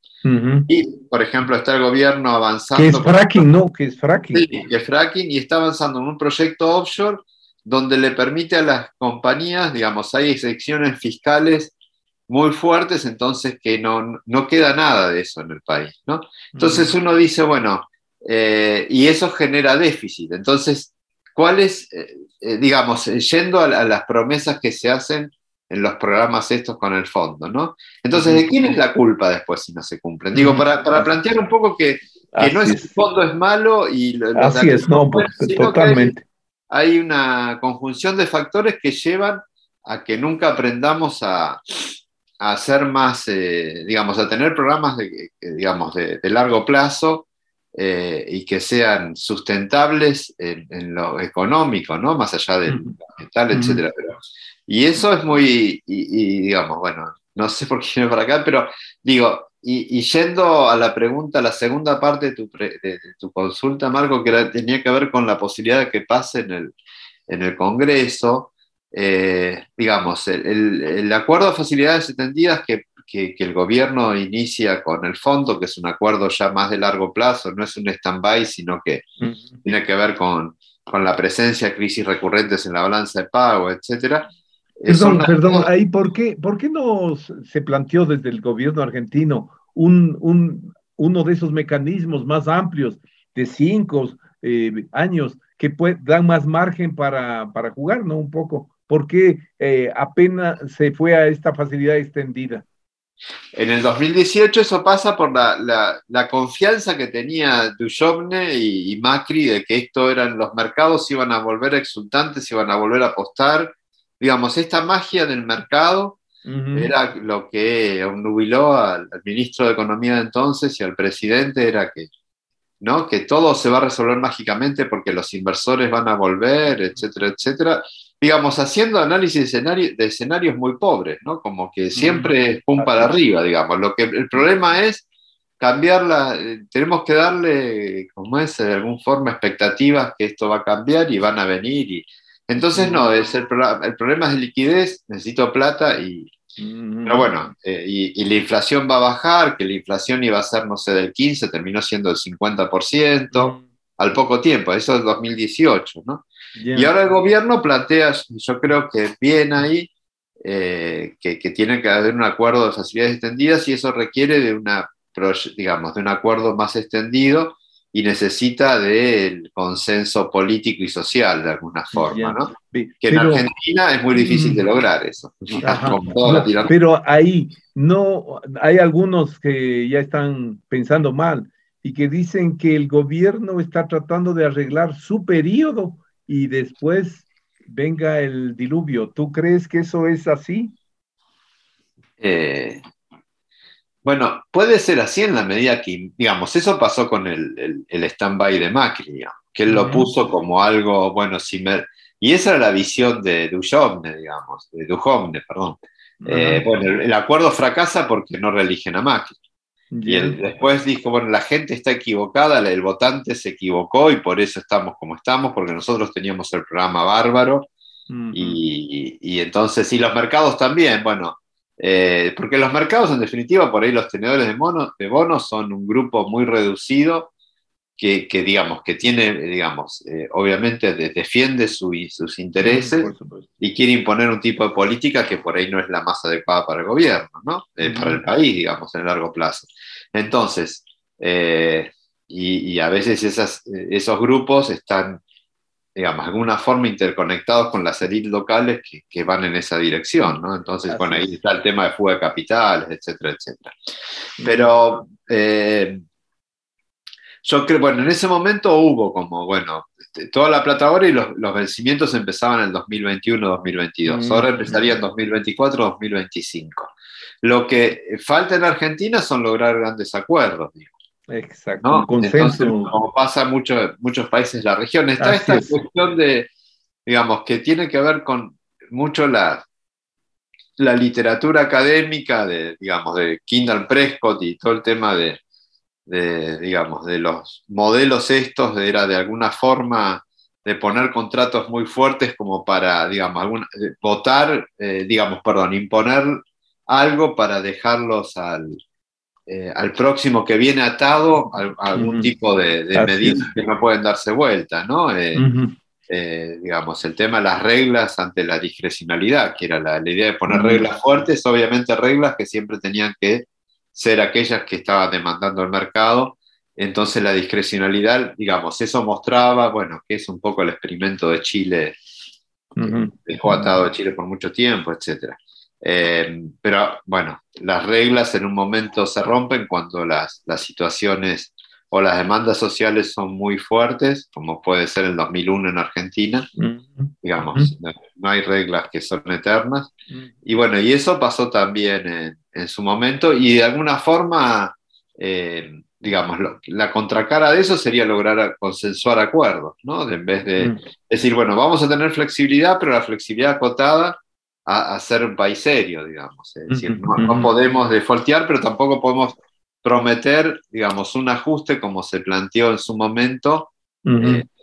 y, por ejemplo, está el gobierno avanzando... ¿Qué es fracking? No, ¿qué es fracking? Sí, que es fracking y está avanzando en un proyecto offshore donde le permite a las compañías, digamos, hay excepciones fiscales muy fuertes, entonces que no queda nada de eso en el país, ¿no? Entonces uno dice, bueno, y eso genera déficit. Entonces, ¿cuál es, digamos, yendo a las promesas que se hacen en los programas estos con el fondo, ¿no? Entonces, ¿de quién es la culpa después si no se cumplen? Digo, para plantear un poco que no es el fondo es malo y los así es, no, pues, totalmente. Hay una conjunción de factores que llevan a que nunca aprendamos a hacer más, digamos, a tener programas digamos, de largo plazo y que sean sustentables en lo económico, ¿no? Más allá del ambiental, etcétera. Y eso es muy, y digamos, bueno, no sé por qué viene para acá, pero digo, y yendo a la pregunta, la segunda parte de tu consulta, Marco, que tenía que ver con la posibilidad de que pase en el Congreso, digamos, el acuerdo de facilidades extendidas que el gobierno inicia con el fondo, que es un acuerdo ya más de largo plazo, no es un stand-by, sino que tiene que ver con la presencia de crisis recurrentes en la balanza de pago, etcétera. Perdón, ahí, ¿por qué no se planteó desde el gobierno argentino uno de esos mecanismos más amplios de 5 años que dan más margen para jugar, ¿no? Un poco. ¿Por qué apenas se fue a esta facilidad extendida? En el 2018 eso pasa por la confianza que tenía Duchovne y Macri de que los mercados iban a volver exultantes, iban a volver a apostar. Digamos, esta magia del mercado era lo que obnubiló al ministro de Economía de entonces y al presidente, era que, ¿no? Que todo se va a resolver mágicamente porque los inversores van a volver, etcétera, etcétera. Digamos, haciendo análisis de escenarios muy pobres, ¿no? Como que siempre es pum para arriba, digamos. El problema es tenemos que darle, como es, de alguna forma, expectativas que esto va a cambiar y van a venir. Entonces, no, el problema es de liquidez, necesito plata pero bueno, y la inflación va a bajar, que la inflación iba a ser, no sé, del 15, terminó siendo del 50%, al poco tiempo, eso es 2018, ¿no? Yeah. Y ahora el gobierno plantea, yo creo que bien ahí, que tiene que haber un acuerdo de facilidades extendidas y eso requiere de de un acuerdo más extendido y necesita del consenso político y social de alguna forma, ¿no? Que en Argentina es muy difícil de lograr eso. Pero ahí no hay algunos que ya están pensando mal y que dicen que el gobierno está tratando de arreglar su periodo y después venga el diluvio. ¿Tú crees que eso es así? Bueno, puede ser así en la medida que, digamos, eso pasó con el stand-by de Macri, digamos, que él lo puso como algo, bueno, y esa era la visión de Duchovne, digamos, perdón. Bueno, el acuerdo fracasa porque no reeligen a Macri. Y él después dijo, bueno, la gente está equivocada, el votante se equivocó y por eso estamos como estamos, porque nosotros teníamos el programa bárbaro y entonces, y los mercados también, bueno, porque los mercados en definitiva, por ahí los tenedores de bonos son un grupo muy reducido que digamos, que tiene, digamos, obviamente defiende sus intereses y quiere imponer un tipo de política que por ahí no es la más adecuada para el gobierno, ¿no? Para el país, digamos, en el largo plazo. Entonces, y a veces esos grupos están digamos, de alguna forma interconectados con las élites locales que van en esa dirección, ¿no? Entonces, Así bueno, ahí es. está el tema de fuga de capitales, etcétera, etcétera. Pero yo creo, bueno, en ese momento hubo como, bueno, toda la plata ahora y los vencimientos empezaban en el 2021-2022. Ahora empezaría en 2024-2025. Lo que falta en Argentina son lograr grandes acuerdos, digo, Exacto, un ¿no? Entonces, consenso. como pasa en muchos países de la región, está Así esta es. cuestión de, digamos, que tiene que ver con mucho la literatura académica de, digamos, de Kendall Prescott y todo el tema digamos, de los modelos estos, era de alguna forma de poner contratos muy fuertes como para, digamos, votar, digamos, perdón, imponer algo para dejarlos al próximo que viene atado a algún tipo de Así es. medidas que no pueden darse vuelta, ¿no? Ujú, Digamos, el tema de las reglas ante la discrecionalidad, que era la idea de poner ujú, reglas fuertes, obviamente reglas que siempre tenían que ser aquellas que estaban demandando el mercado. Entonces la discrecionalidad, digamos, eso mostraba, bueno, que es un poco el experimento de Chile, que ujú, dejó atado a Chile por mucho tiempo, etcétera. Pero bueno, las reglas en un momento se rompen cuando las situaciones o las demandas sociales son muy fuertes, como puede ser el 2001 en Argentina, ujú, digamos, no hay reglas que son eternas. ujú, Y bueno, y eso pasó también en su momento, y de alguna forma, digamos, la contracara de eso sería lograr consensuar acuerdos, ¿no? En vez de ujú, decir, bueno, vamos a tener flexibilidad, pero la flexibilidad acotada a ser un país serio, digamos. Es ujú, decir, no ujú, podemos defaultear, pero tampoco podemos prometer, digamos, un ajuste como se planteó en su momento, eh, ujú,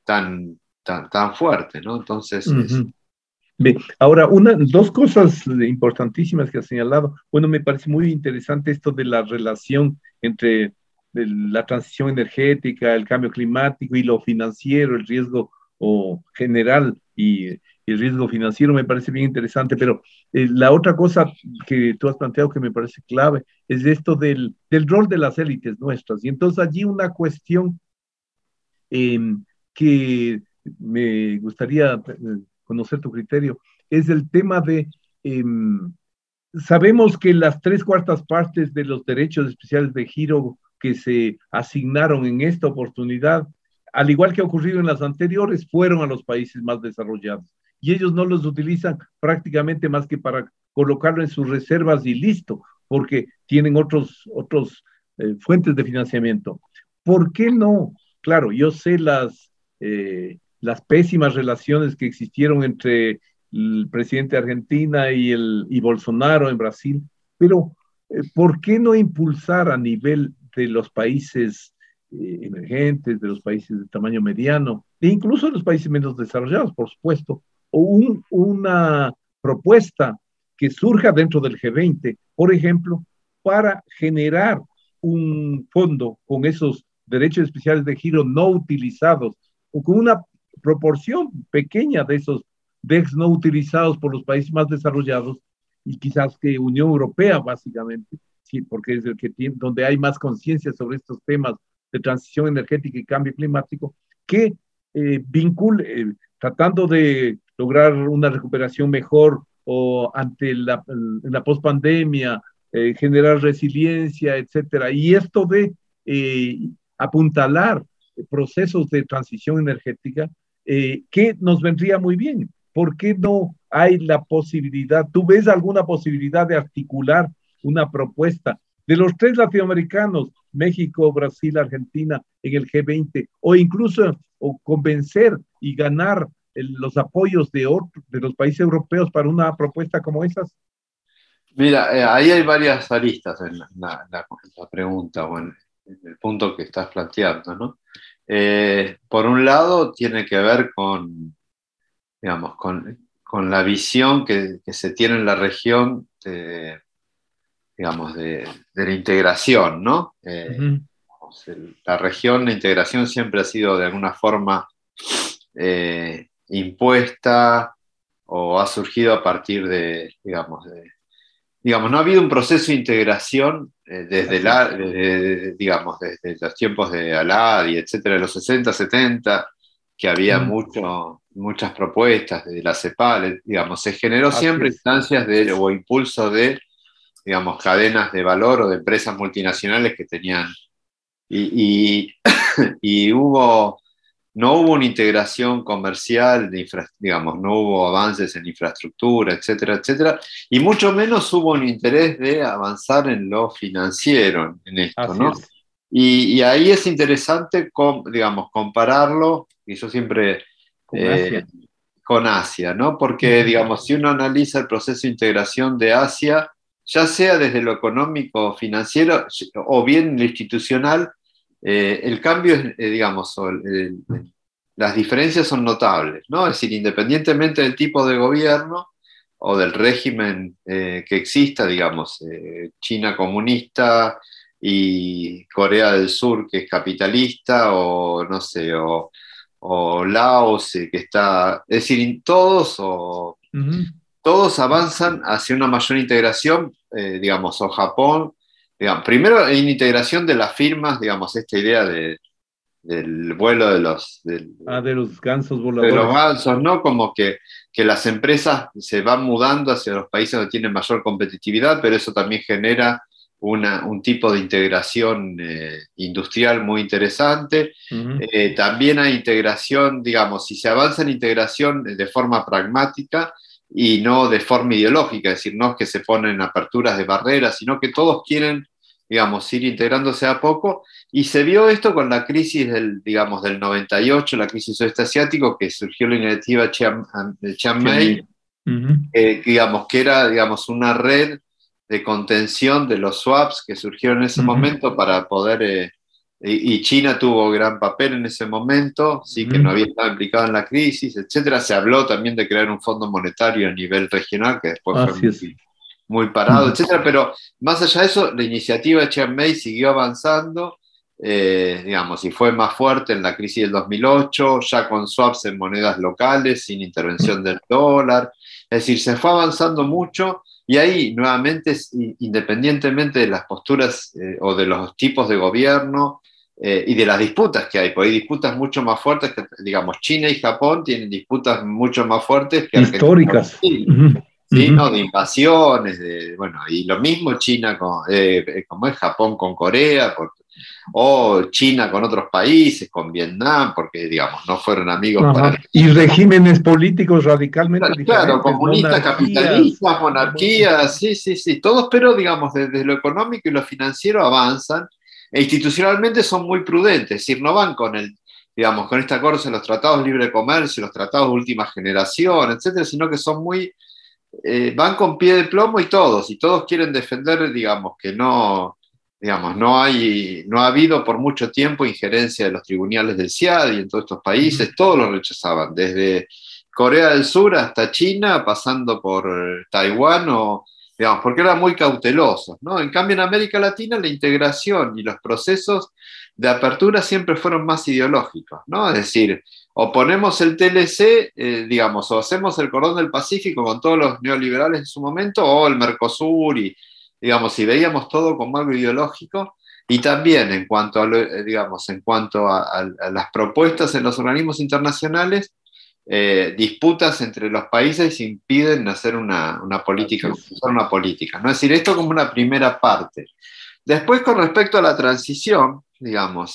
tan fuerte, ¿no? Entonces, ujú. Bien, ahora, dos cosas importantísimas que has señalado. Bueno, me parece muy interesante esto de la relación entre la transición energética, el cambio climático y lo financiero, el riesgo o general y el riesgo financiero me parece bien interesante, pero la otra cosa que tú has planteado que me parece clave es esto del rol de las élites nuestras. Y entonces allí una cuestión eh, que me gustaría conocer tu criterio, es el tema de, eh, sabemos que las tres cuartas partes de los derechos especiales de giro que se asignaron en esta oportunidad, al igual que ha ocurrido en las anteriores, fueron a los países más desarrollados. Y ellos no los utilizan prácticamente más que para colocarlo en sus reservas y listo, porque tienen otros fuentes de financiamiento. ¿Por qué no? Claro, yo sé las pésimas relaciones que existieron entre el presidente de Argentina y Bolsonaro en Brasil, pero ¿por qué no impulsar a nivel de los países emergentes, de los países de tamaño mediano, e incluso de los países menos desarrollados, por supuesto, o una propuesta que surja dentro del G20, por ejemplo, para generar un fondo con esos derechos especiales de giro no utilizados, o con una proporción pequeña de esos DEX no utilizados por los países más desarrollados y quizás que Unión Europea básicamente, sí, porque es el que tiene, donde hay más conciencia sobre estos temas de transición energética y cambio climático, que tratando de lograr una recuperación mejor o ante la pospandemia, generar resiliencia, etcétera. Y esto de apuntalar procesos de transición energética que nos vendría muy bien. ¿Por qué no hay la posibilidad? ¿Tú ves alguna posibilidad de articular una propuesta de los tres latinoamericanos, México, Brasil, Argentina, en el G20, o incluso o convencer y ganar los apoyos de los países europeos para una propuesta como esas? mira, ahí hay varias aristas en la pregunta o en el punto que estás planteando, ¿no? Por un lado, tiene que ver digamos, con la visión que se tiene en la región digamos, de la integración, ¿no? Uh-huh. La región, la integración siempre ha sido de alguna forma impuesta o ha surgido a partir digamos, no ha habido un proceso de integración Así es. digamos, desde los tiempos de Alad y etcétera, de los 60, 70, que había muchas propuestas de la CEPAL, digamos, se generó siempre instancias o impulso de, digamos, cadenas de valor o de empresas multinacionales que tenían, y no hubo una integración comercial, digamos, no hubo avances en infraestructura, etcétera, etcétera, y mucho menos hubo un interés de avanzar en lo financiero, en esto, ¿no? Y ahí es interesante, digamos, compararlo, y yo siempre con Asia, ¿no? Porque, digamos, si uno analiza el proceso de integración de Asia, ya sea desde lo económico, financiero, o bien lo institucional, el cambio, digamos, las diferencias son notables, ¿no? Es decir, independientemente del tipo de gobierno o del régimen que exista, digamos, China comunista y Corea del Sur que es capitalista, o no sé, o Laos que está, es decir, todos avanzan hacia una mayor integración, digamos, o Japón, digamos, primero hay una integración de las firmas, digamos, esta idea del vuelo de los gansos voladores. De los gansos, ¿no? Como que las empresas se van mudando hacia los países donde tienen mayor competitividad, pero eso también genera un tipo de integración industrial muy interesante. También hay integración, digamos, si se avanza en integración de forma pragmática y no de forma ideológica, es decir, no es que se ponen aperturas de barreras, sino que todos quieren, digamos, ir integrándose a poco, y se vio esto con la crisis del 98, la crisis sudeste asiático, que surgió la iniciativa Chiang Mai, digamos, que era, digamos, una red de contención de los swaps que surgieron en ese momento para poder, y China tuvo gran papel en ese momento, sí, que no había estado implicado en la crisis, etcétera. Se habló también de crear un fondo monetario a nivel regional, que después fue muy parado, etcétera, pero más allá de eso, la iniciativa Chiang Mai siguió avanzando, digamos, y fue más fuerte en la crisis del 2008, ya con swaps en monedas locales, sin intervención del dólar, es decir, se fue avanzando mucho. Y ahí, nuevamente, independientemente de las posturas o de los tipos de gobierno y de las disputas que hay, porque hay disputas mucho más fuertes que, digamos, China y Japón tienen disputas mucho más fuertes que históricas. Argentina, ¿sí? ¿No? De invasiones, bueno, y lo mismo China como es Japón con Corea, o China con otros países, con Vietnam, porque, digamos, no fueron amigos para... Y regímenes políticos radicalmente diferentes. Claro, comunistas, capitalistas, monarquías, sí, todos, pero, digamos, desde lo económico y lo financiero avanzan, e institucionalmente son muy prudentes, es decir, no van con digamos, con este acuerdo en los tratados de libre comercio, los tratados de última generación, etcétera, sino que son van con pie de plomo, y todos quieren defender, digamos, que no... Digamos, no ha habido por mucho tiempo injerencia de los tribunales del CIAD, y en todos estos países todos lo rechazaban, desde Corea del Sur hasta China, pasando por Taiwán, digamos, porque eran muy cautelosos, ¿no? En cambio, en América Latina la integración y los procesos de apertura siempre fueron más ideológicos, ¿no? Es decir, o ponemos el TLC, digamos, o hacemos el Cordón del Pacífico con todos los neoliberales en su momento, o el Mercosur, y digamos, si veíamos todo como algo ideológico. Y también en cuanto a las propuestas en los organismos internacionales, disputas entre los países impiden hacer una política, ¿no? Es decir, esto como una primera parte. Después, con respecto a la transición, digamos,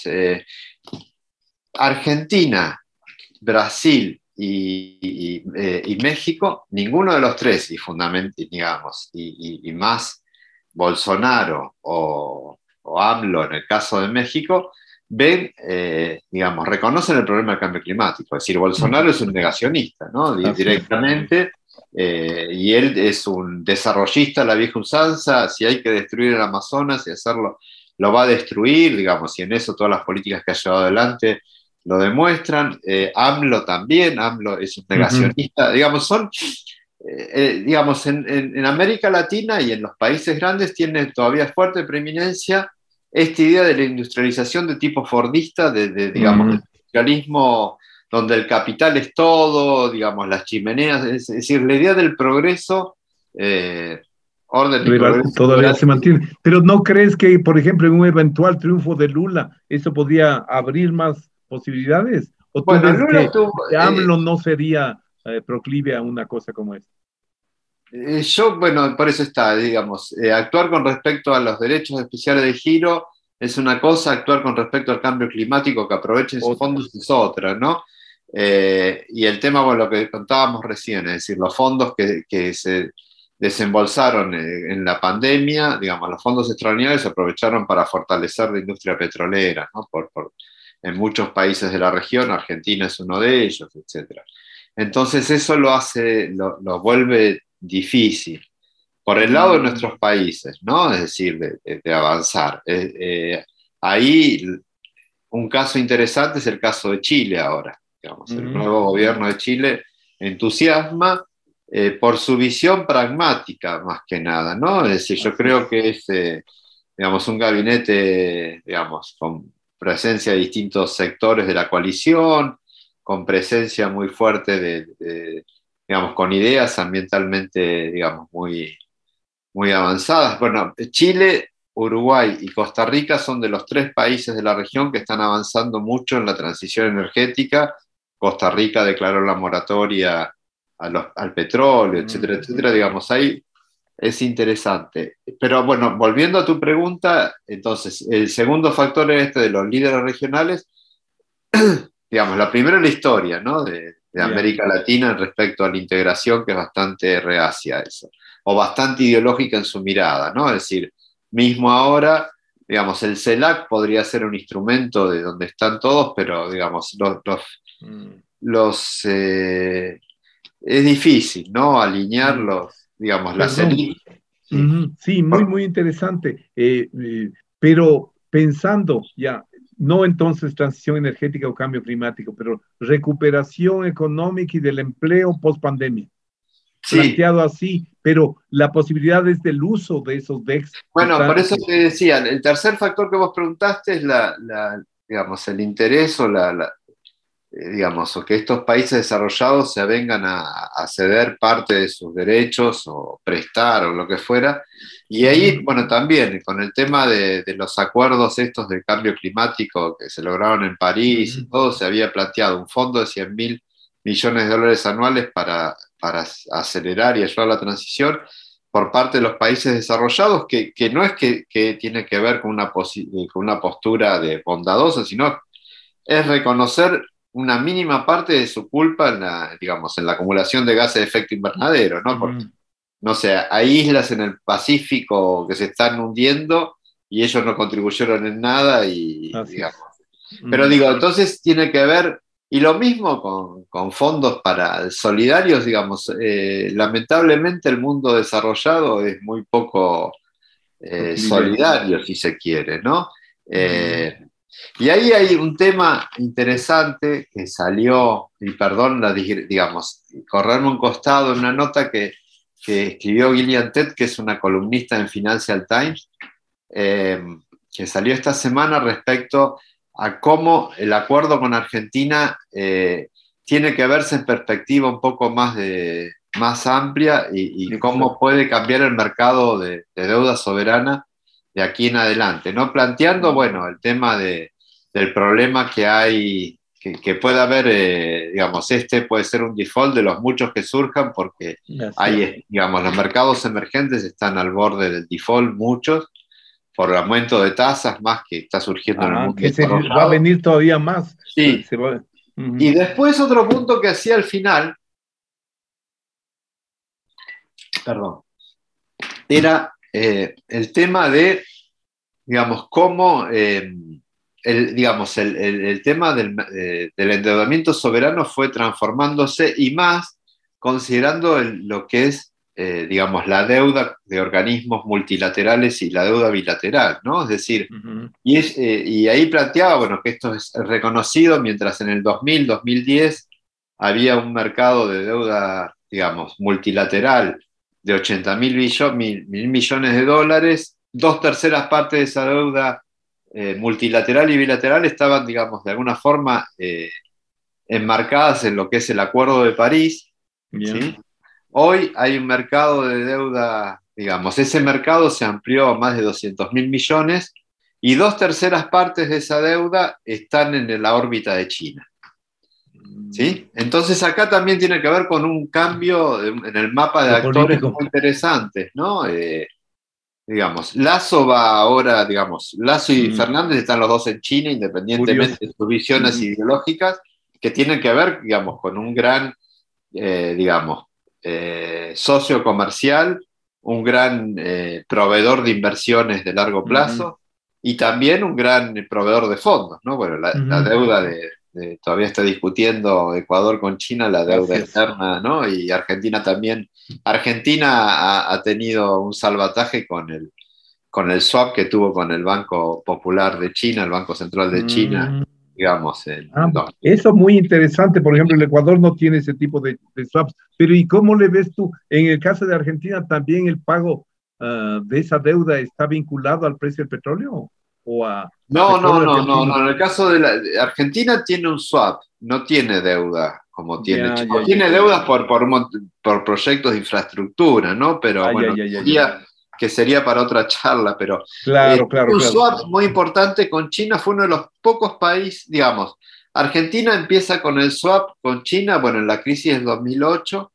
Argentina, Brasil y México, ninguno de los tres, y más Bolsonaro o AMLO en el caso de México, reconocen el problema del cambio climático. Es decir, Bolsonaro es un negacionista, ¿no? Directamente, y él es un desarrollista a la vieja usanza. Si hay que destruir el Amazonas y hacerlo, lo va a destruir, digamos, y en eso todas las políticas que ha llevado adelante lo demuestran. AMLO también, AMLO es un negacionista, digamos, en América Latina y en los países grandes tiene todavía fuerte preeminencia esta idea de la industrialización de tipo fordista, digamos, del industrialismo donde el capital es todo, digamos, las chimeneas, es decir, la idea del progreso, orden y progreso todavía se mantiene. Pero ¿no crees que, por ejemplo, en un eventual triunfo de Lula, eso podría abrir más posibilidades? ¿O tú Bueno, ves Lula tuvo, que AMLO no sería proclive a una cosa como esta? bueno, por eso está, digamos, actuar con respecto a los derechos especiales de giro es una cosa, actuar con respecto al cambio climático que aprovechen sus Otra. fondos es otra, ¿no? Y el tema, bueno, lo que contábamos recién, es decir, los fondos que se desembolsaron en la pandemia, digamos, los fondos extraordinarios se aprovecharon para fortalecer la industria petrolera, ¿no? En muchos países de la región, Argentina es uno de ellos, etcétera. Entonces eso lo vuelve difícil. Por el lado de nuestros países, ¿no? Es decir, de avanzar. Ahí un caso interesante es el caso de Chile ahora. Digamos, el nuevo gobierno de Chile entusiasma por su visión pragmática, más que nada, ¿no? Es decir, yo creo que es, digamos, un gabinete, digamos, con presencia de distintos sectores de la coalición, con presencia muy fuerte digamos, con ideas ambientalmente, digamos, muy avanzadas. Bueno, Chile, Uruguay y Costa Rica son de los 3 países de la región que están avanzando mucho en la transición energética. Costa Rica declaró la moratoria al petróleo, etcétera, etcétera. Digamos, ahí es interesante. Pero bueno, volviendo a tu pregunta, entonces, el segundo factor es este de los líderes regionales. Digamos, la primera es la historia, ¿no? de América Latina respecto a la integración, que es bastante reacia a eso, o bastante ideológica en su mirada, ¿no? Es decir, mismo ahora, digamos, el CELAC podría ser un instrumento de donde están todos, pero, digamos, es difícil, ¿no? Alinear digamos, las élites. Sí, sí, muy interesante. Pero pensando ya, no entonces transición energética o cambio climático, pero recuperación económica y del empleo post pandemia. Sí. Planteado así, pero la posibilidad es del uso de esos DEX. Bueno, por eso te decía, el tercer factor que vos preguntaste es digamos, el interés o digamos, o que estos países desarrollados se avengan a ceder parte de sus derechos o prestar o lo que fuera. Y ahí, bueno, también con el tema de los acuerdos estos de cambio climático que se lograron en París y todo, se había planteado un fondo de 100.000 millones de dólares anuales para acelerar y ayudar a la transición por parte de los países desarrollados, que no es que tiene que ver con una postura de bondadosa, sino es reconocer una mínima parte de su culpa digamos, en la acumulación de gases de efecto invernadero, ¿no? Porque, no sé, hay islas en el Pacífico que se están hundiendo y ellos no contribuyeron en nada digamos. Pero digo, entonces tiene que ver, y lo mismo con fondos para solidarios, digamos, lamentablemente el mundo desarrollado es muy poco solidario, si se quiere, ¿no? Y ahí hay un tema interesante que salió, y perdón, digamos, correrme un costado en una nota que escribió Gillian Tett, que es una columnista en Financial Times, que salió esta semana respecto a cómo el acuerdo con Argentina tiene que verse en perspectiva un poco más amplia y cómo puede cambiar el mercado de deuda soberana de aquí en adelante, ¿no? Planteando, bueno, el tema del problema que hay, que puede haber, digamos, puede ser un default de los muchos que surjan porque hay, digamos, los mercados emergentes están al borde del default, muchos, por el aumento de tasas más que está surgiendo en el mundo. Que va a venir todavía más. Sí. Y después otro punto que hacía al final, perdón, era el tema de, digamos, cómo digamos, el tema del endeudamiento soberano fue transformándose y más considerando lo que es, digamos, la deuda de organismos multilaterales y la deuda bilateral, ¿no? Es decir, y ahí planteaba, bueno, que esto es reconocido, mientras en el 2010 había un mercado de deuda, digamos, multilateral de 80.000 millones de dólares, 2/3 partes de esa deuda multilateral y bilateral estaban, digamos, de alguna forma enmarcadas en lo que es el Acuerdo de París. ¿Sí? Hoy hay un mercado de deuda, digamos, ese mercado se amplió a más de 200.000 millones y 2/3 partes de esa deuda están en la órbita de China. ¿Sí? Entonces acá también tiene que ver con un cambio en el mapa de actores político. muy interesantes, ¿no? Digamos, Lasso va ahora, digamos, Lasso y Fernández están los dos en China, Curioso. independientemente de sus visiones ideológicas, que tienen que ver, digamos, con un gran, digamos, socio comercial, un gran proveedor de inversiones de largo plazo y también un gran proveedor de fondos, ¿no? Bueno, la deuda todavía está discutiendo Ecuador con China, la deuda Así es. externa, ¿no? Y Argentina también. Argentina ha tenido un salvataje con el swap que tuvo con el Banco Popular de China, el Banco Central de China, Mm. digamos, en Ah, el 2000. eso es muy interesante. Por ejemplo, el Ecuador no tiene ese tipo de swaps. Pero ¿y cómo le ves tú? En el caso de Argentina, ¿también el pago de esa deuda está vinculado al precio del petróleo o a No, no, petróleo no, no, argentino? no. En el caso de Argentina tiene un swap, no tiene deuda como tiene Ya, Chile. ya, ya, Tiene ya, ya. deudas por proyectos de infraestructura, ¿no? Pero Ah, ya, bueno, ya, ya, ya. que sería para otra charla, pero Claro, claro, un claro. swap muy importante con China, fue uno de los pocos países, digamos, Argentina empieza con el swap con China, bueno, en la crisis del 2008,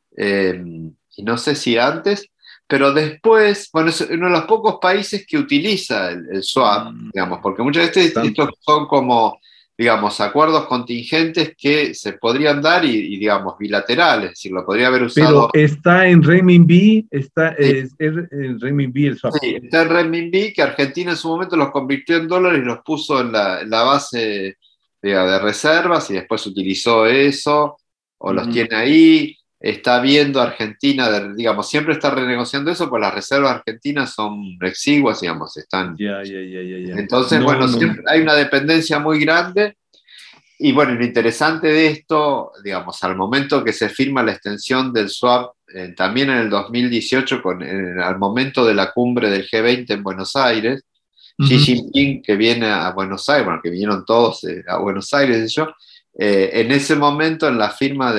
y no sé si antes, pero después, bueno, es uno de los pocos países que utiliza el swap, Mm, digamos, porque muchas veces estos Interesante. son como, digamos, acuerdos contingentes que se podrían dar digamos, bilaterales, es decir, lo podría haber Pero usado. está en renminbi, Sí, es en renminbi el swap. sí, está el renminbi, que Argentina en su momento los convirtió en dólares y los puso en la base de reservas y después utilizó eso, o los Ujú. tiene ahí. Está viendo Argentina, digamos, siempre está renegociando eso, pues las reservas argentinas son exiguas, digamos, están. Ya, ya, ya, ya, ya. Entonces, No, bueno, no. siempre hay una dependencia muy grande. Y bueno, lo interesante de esto, digamos, al momento que se firma la extensión del swap, también en el 2018, al momento de la cumbre del G20 en Buenos Aires, Xi Ujú. Jinping, que viene a Buenos Aires, bueno, que vinieron todos a Buenos Aires, en ese momento, en la firma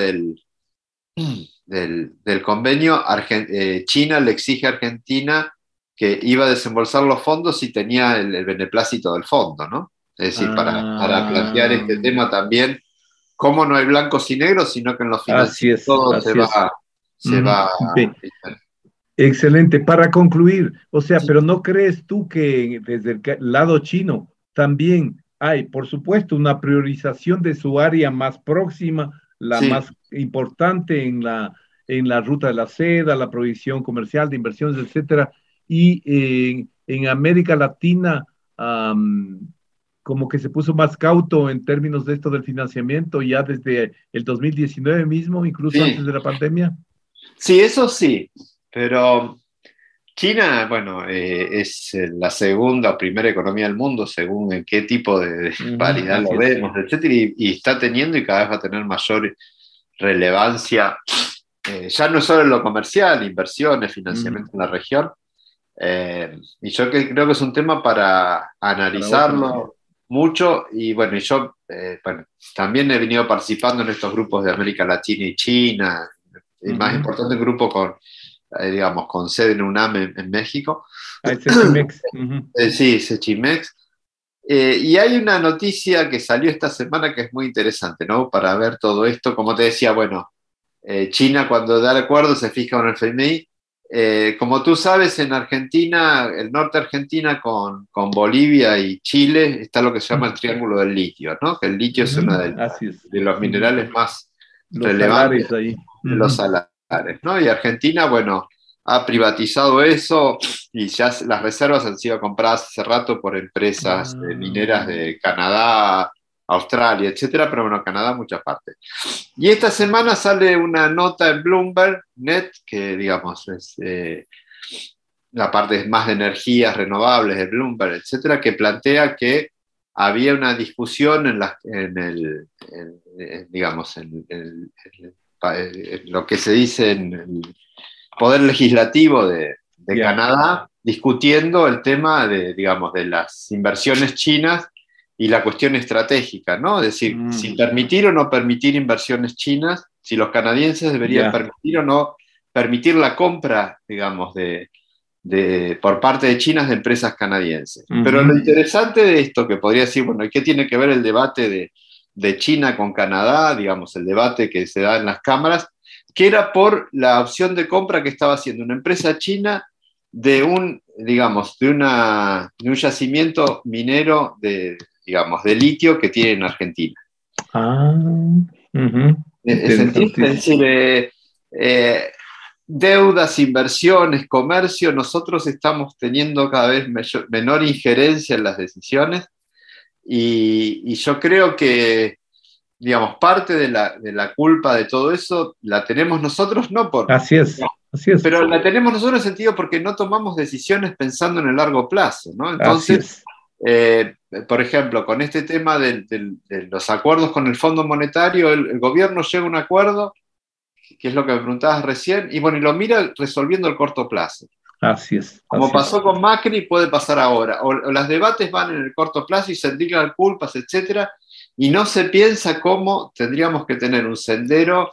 del convenio, China le exige a Argentina que iba a desembolsar los fondos si tenía el beneplácito del fondo, ¿no? Es decir, para plantear Ah, este tema también, cómo no hay blancos y negros, sino que en lo así financiero es, todo así es. se Ujú. va. Ve, excelente. Para concluir, o sea, pero ¿no crees tú que desde el lado chino también hay, por supuesto, una priorización de su área más próxima, la Sí, más importante en la ruta de la seda, la provisión comercial de inversiones, etcétera, y en América Latina, am, como que se puso más cauto en términos de esto del financiamiento ya desde el 2019 mismo, incluso antes sí, de la pandemia? sí, eso sí, pero China, bueno, es la segunda o primera economía del mundo, según en qué tipo de Ujú, paridad así lo es. vemos, etcétera, y está teniendo y cada vez va a tener mayor relevancia, ya no solo en lo comercial, inversiones, Ujú. financiamiento en la región, y yo creo que es un tema para Para otro, sí. analizarlo mucho, y bueno, bueno, también he venido participando en estos grupos de América Latina y China, el más Ujú. importante grupo digamos, con sede en UNAM en México. Ah, ese Chimex. Ujú. Sí, Sechimex. Y hay una noticia que salió esta semana que es muy interesante, ¿no? Para ver todo esto. Como te decía, bueno, China cuando da el acuerdo se fija con el FMI. Como tú sabes, en Argentina, el norte de Argentina con Bolivia y Chile está lo que se llama el Triángulo del Litio, ¿no? Que el litio es uno Ujú. Así es. de los Ujú. minerales más Los relevantes salares ahí. de los Ujú. salares, ¿no? Y Argentina, bueno, ha privatizado eso y ya las reservas han sido compradas hace rato por empresas mineras Ah, de Canadá, Australia, etcétera, pero bueno, Canadá, muchas partes. Y esta semana sale una nota en Bloomberg Net, que digamos es la parte más de energías renovables de Bloomberg, etcétera, que plantea que había una discusión digamos, en lo que se dice en el Poder Legislativo de ya. Canadá, discutiendo el tema digamos, de las inversiones chinas y la cuestión estratégica, ¿no? Es decir, si Mm, permitir o no permitir inversiones chinas, si los canadienses deberían ya. permitir o no permitir la compra, digamos, por parte de China de empresas canadienses. Pero lo Ujú. interesante de esto, que podría decir, bueno, ¿y qué tiene que ver el debate de China con Canadá, digamos, el debate que se da en las cámaras, que era por la opción de compra que estaba haciendo una empresa china de un yacimiento minero de litio que tiene en Argentina. ¿Sentiste? Es decir, deudas, inversiones, comercio, nosotros estamos teniendo cada vez menor injerencia en las decisiones y yo creo que, digamos, parte de la culpa de todo eso la tenemos nosotros, no por... Así es. Pero la tenemos nosotros en el sentido porque no tomamos decisiones pensando en el largo plazo, ¿no? Entonces, por ejemplo, con este tema de los acuerdos con el Fondo Monetario, el gobierno llega a un acuerdo, que es lo que me preguntabas recién, y bueno, y lo mira resolviendo el corto plazo. Así es. Como pasó con Macri, puede pasar ahora. O los debates van en el corto plazo y se indican culpas, etcétera, y no se piensa cómo tendríamos que tener un sendero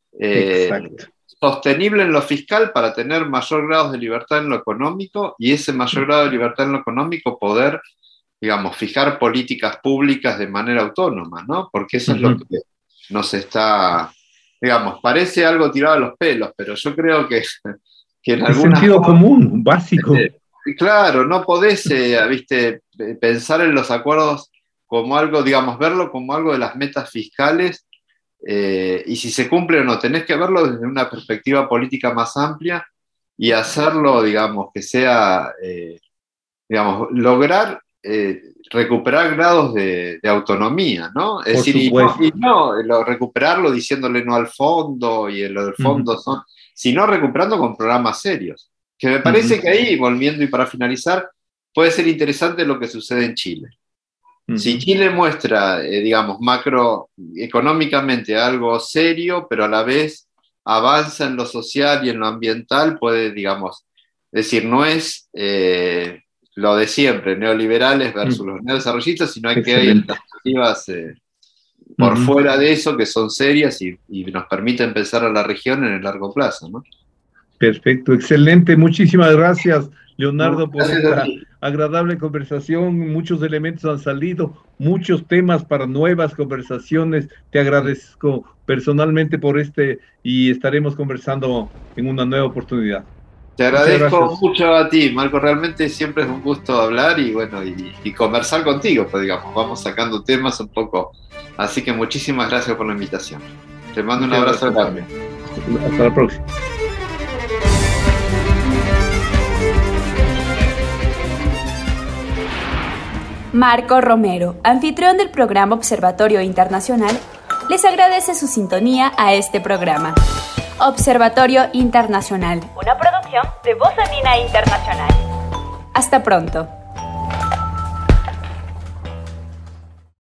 sostenible en lo fiscal para tener mayor grado de libertad en lo económico, y ese mayor grado de libertad en lo económico poder, digamos, fijar políticas públicas de manera autónoma, ¿no? Porque eso es lo que nos está, digamos, parece algo tirado a los pelos, pero yo creo que en alguna sentido común, básico. Claro, no podés, pensar en los acuerdos como algo, digamos, verlo como algo de las metas fiscales, y si se cumple o no, tenés que verlo desde una perspectiva política más amplia y hacerlo, digamos, que sea, digamos, lograr recuperar grados de autonomía, ¿no? Es decir, y no recuperarlo diciéndole no al fondo y lo del fondo sino recuperando con programas serios. Que me parece que ahí, volviendo y para finalizar, puede ser interesante lo que sucede en Chile. Si Chile muestra, digamos, macroeconómicamente algo serio, pero a la vez avanza en lo social y en lo ambiental, puede, digamos, decir, no es lo de siempre, neoliberales versus los neodesarrollistas, sino que hay alternativas por fuera de eso que son serias y nos permiten pensar a la región en el largo plazo, ¿no? Perfecto, excelente. Muchísimas gracias, Leonardo, por esta agradable conversación. Muchos elementos han salido, muchos temas para nuevas conversaciones. Te agradezco personalmente por y estaremos conversando en una nueva oportunidad. Te agradezco mucho a ti, Marco. Realmente siempre es un gusto hablar y bueno, y conversar contigo, pues digamos, vamos sacando temas un poco. Así que muchísimas gracias por la invitación. Te mando un abrazo grande. Hasta la próxima. Marco Romero, anfitrión del programa Observatorio Internacional, les agradece su sintonía a este programa. Observatorio Internacional, una producción de Voz Andina Internacional. Hasta pronto.